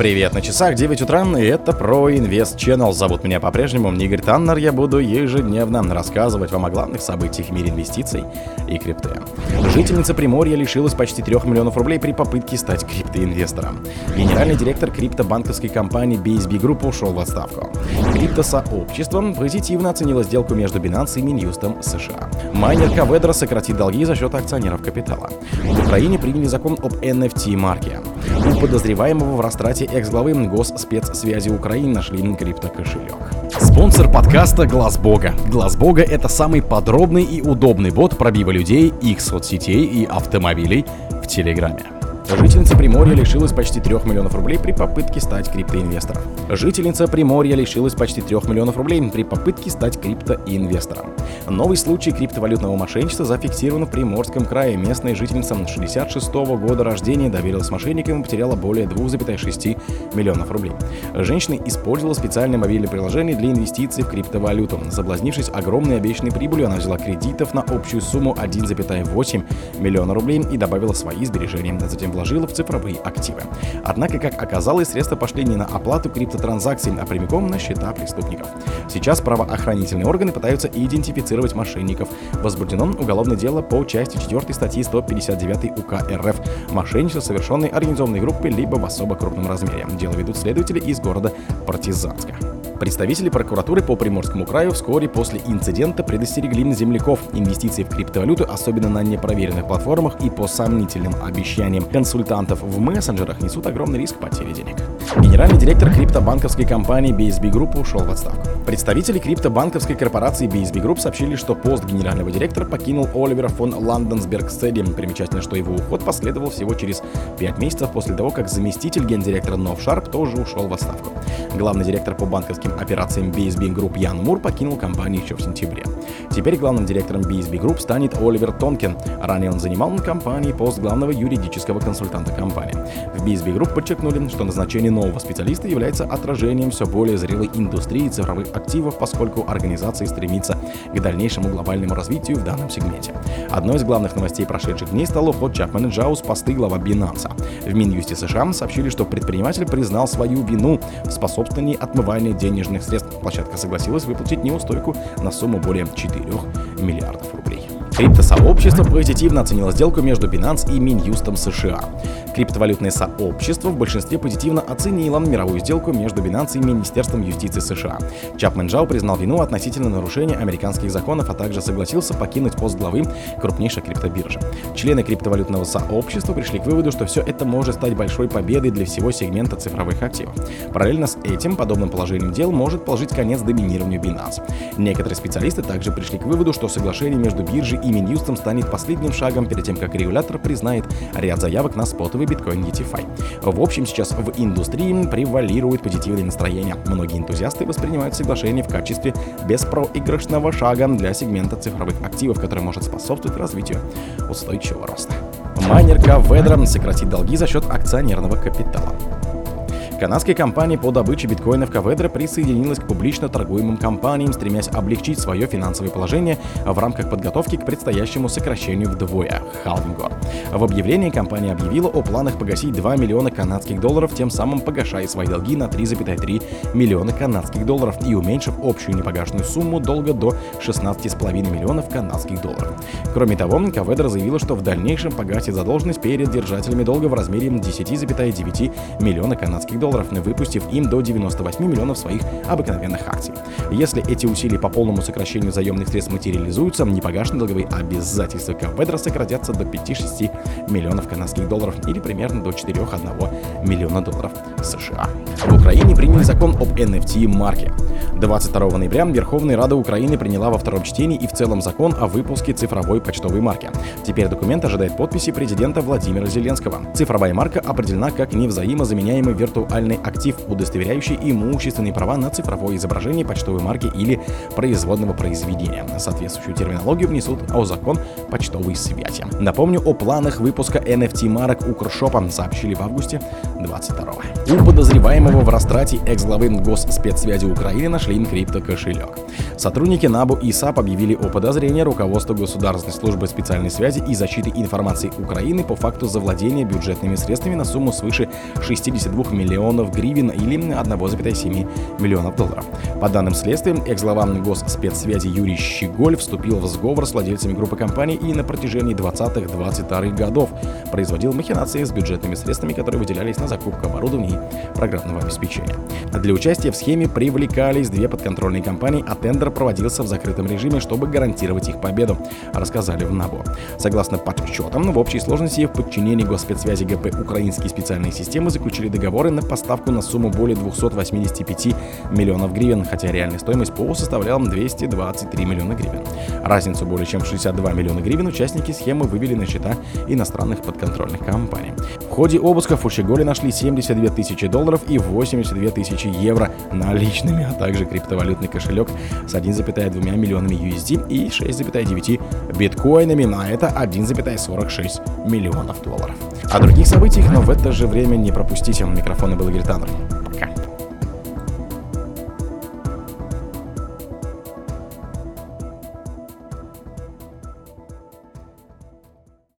Привет, на часах 9 утра, и это ProInvest Channel. Зовут меня по-прежнему Игорь Таннер. Я буду ежедневно рассказывать вам о главных событиях в мире инвестиций и крипты. Жительница Приморья лишилась почти 3 миллионов рублей при попытке стать криптоинвестором. Генеральный директор криптобанковской компании BSB Group ушел в отставку. Криптосообщество позитивно оценило сделку между Binance и Минюстом США. Майнер Каведра сократит долги за счет акционеров капитала. В Украине приняли закон об NFT-марке. У подозреваемого в растрате экс-главы Госспецсвязи Украины нашли криптокошелек. Спонсор подкаста Глаз Бога. Глаз Бога — это самый подробный и удобный бот пробива людей, их соцсетей и автомобилей в Телеграме. Жительница Приморья лишилась почти 3 миллионов рублей при попытке стать криптоинвестором. Жительница Приморья лишилась почти 3 миллионов рублей при попытке стать криптоинвестором. Новый случай криптовалютного мошенничества зафиксирован в Приморском крае. Местная жительница 66-го года рождения доверилась мошенникам и потеряла более 2,6 миллионов рублей. Женщина использовала специальное мобильное приложение для инвестиций в криптовалюту. Соблазнившись огромной обещанной прибылью, она взяла кредитов на общую сумму 1,8 миллиона рублей и добавила свои сбережения. Затем вложила в цифровые активы. Однако, как оказалось, средства пошли не на оплату криптотранзакций, а прямиком на счета преступников. Сейчас правоохранительные органы пытаются идентифицировать мошенников. Возбуждено уголовное дело по части 4 статьи 159 УК РФ «Мошенничество, совершенное организованной группой либо в особо крупном размере». Дело ведут следователи из города Партизанска. Представители прокуратуры по Приморскому краю вскоре после инцидента предостерегли земляков. Инвестиции в криптовалюту, особенно на непроверенных платформах и по сомнительным обещаниям консультантов в мессенджерах, несут огромный риск потери денег. Генеральный директор криптобанковской компании BSB Group ушел в отставку. Представители криптобанковской корпорации BSB Group сообщили, что пост генерального директора покинул Оливер фон Ланденсбергстеде. Примечательно, что его уход последовал всего через 5 месяцев после того, как заместитель гендиректора Нов Шарп тоже ушел в отставку. Главный директор по банковским операциям BSB Group Ян Мур покинул компанию еще в сентябре. Теперь главным директором BSB Group станет Оливер Тонкин. Ранее он занимал на компании пост главного юридического консультанта компании. В BSB Group подчеркнули, что назначение нового специалиста является отражением все более зрелой индустрии цифровых активов, поскольку организация стремится к дальнейшему глобальному развитию в данном сегменте. Одной из главных новостей прошедших дней стал уход Чапмана Джао с посты глава Binance. В Минюсте США сообщили, что предприниматель признал свою вину в способствовании отмыванию денежных средств. Площадка согласилась выплатить неустойку на сумму более 4 миллиардов рублей. Криптосообщество позитивно оценило сделку между Binance и Минюстом США. Криптовалютное сообщество в большинстве позитивно оценило мировую сделку между Binance и Министерством юстиции США. Чапман Джао признал вину относительно нарушения американских законов, а также согласился покинуть пост главы крупнейшей криптобиржи. Члены криптовалютного сообщества пришли к выводу, что все это может стать большой победой для всего сегмента цифровых активов. Параллельно с этим, подобным положением дел может положить конец доминированию Binance. Некоторые специалисты также пришли к выводу, что соглашение между биржей и Минюстом станет последним шагом перед тем, как регулятор признает ряд заявок на спотовый биткоин DeFi. В общем, сейчас в индустрии превалирует позитивное настроение. Многие энтузиасты воспринимают соглашение в качестве беспроигрышного шага для сегмента цифровых активов, который может способствовать развитию устойчивого роста. Майнер Каведра сократит долги за счет акционерного капитала. Канадская компания по добыче биткоинов Каведра присоединилась к публично торгуемым компаниям, стремясь облегчить свое финансовое положение в рамках подготовки к предстоящему сокращению вдвое – халвингу. В объявлении компания объявила о планах погасить 2 миллиона канадских долларов, тем самым погашая свои долги на 3,3 миллиона канадских долларов и уменьшив общую непогашенную сумму долга до 16,5 миллионов канадских долларов. Кроме того, Каведра заявила, что в дальнейшем погасит задолженность перед держателями долга в размере 10,9 миллиона канадских долларов, выпустив им до 98 миллионов своих обыкновенных акций. Если эти усилия по полному сокращению заемных средств материализуются, непогашенные долговые обязательства Каведра сократятся до 5-6 миллионов канадских долларов или примерно до 4,1 миллиона долларов США. В Украине приняли закон об NFT-марке. 22 ноября Верховная Рада Украины приняла во втором чтении и в целом закон о выпуске цифровой почтовой марки. Теперь документ ожидает подписи президента Владимира Зеленского. Цифровая марка определена как невзаимозаменяемый виртуальный актив, удостоверяющий имущественные права на цифровое изображение почтовой марки или производного произведения. Соответствующую терминологию внесут о закон почтовой связи. Напомню о планах выпуска NFT-марок Укршопа. Сообщили в августе 2022. У подозреваемого в растрате экс-главы Госспецсвязи Украины нашли криптокошелек. Сотрудники НАБУ и САП объявили о подозрении руководству Государственной службы специальной связи и защиты информации Украины по факту завладения бюджетными средствами на сумму свыше 62 миллионов гривен или 1,7 миллионов долларов. По данным следствия, экс-глава Госспецсвязи Юрий Щеголь вступил в сговор с владельцами группы компаний и на протяжении 20-22 годов производил махинации с бюджетными средствами, которые выделялись на закупку оборудования и программного обеспечения. Для участия в схеме привлекались две подконтрольные компании, а тендер проводился в закрытом режиме, чтобы гарантировать их победу, рассказали в НАБУ. Согласно подсчетам, в общей сложности в подчинении Госспецсвязи ГП «Украинские специальные системы» заключили договоры на поставку на сумму более 285 миллионов гривен, хотя реальная стоимость ПО составляла 223 миллиона гривен. Разницу более чем в 62 миллиона гривен участники схемы вывели на счета иностранных подконтрольных компаний. В ходе обысков у Щеголя нашли 72 тысячи долларов и 82 тысячи евро наличными, а также криптовалютный кошелек с 1,2 миллионами USD и 6,9 биткоинами, а это 1,46 миллионов долларов. О других событиях, но в это же время не пропустите. Микрофон был Игорь Таннер.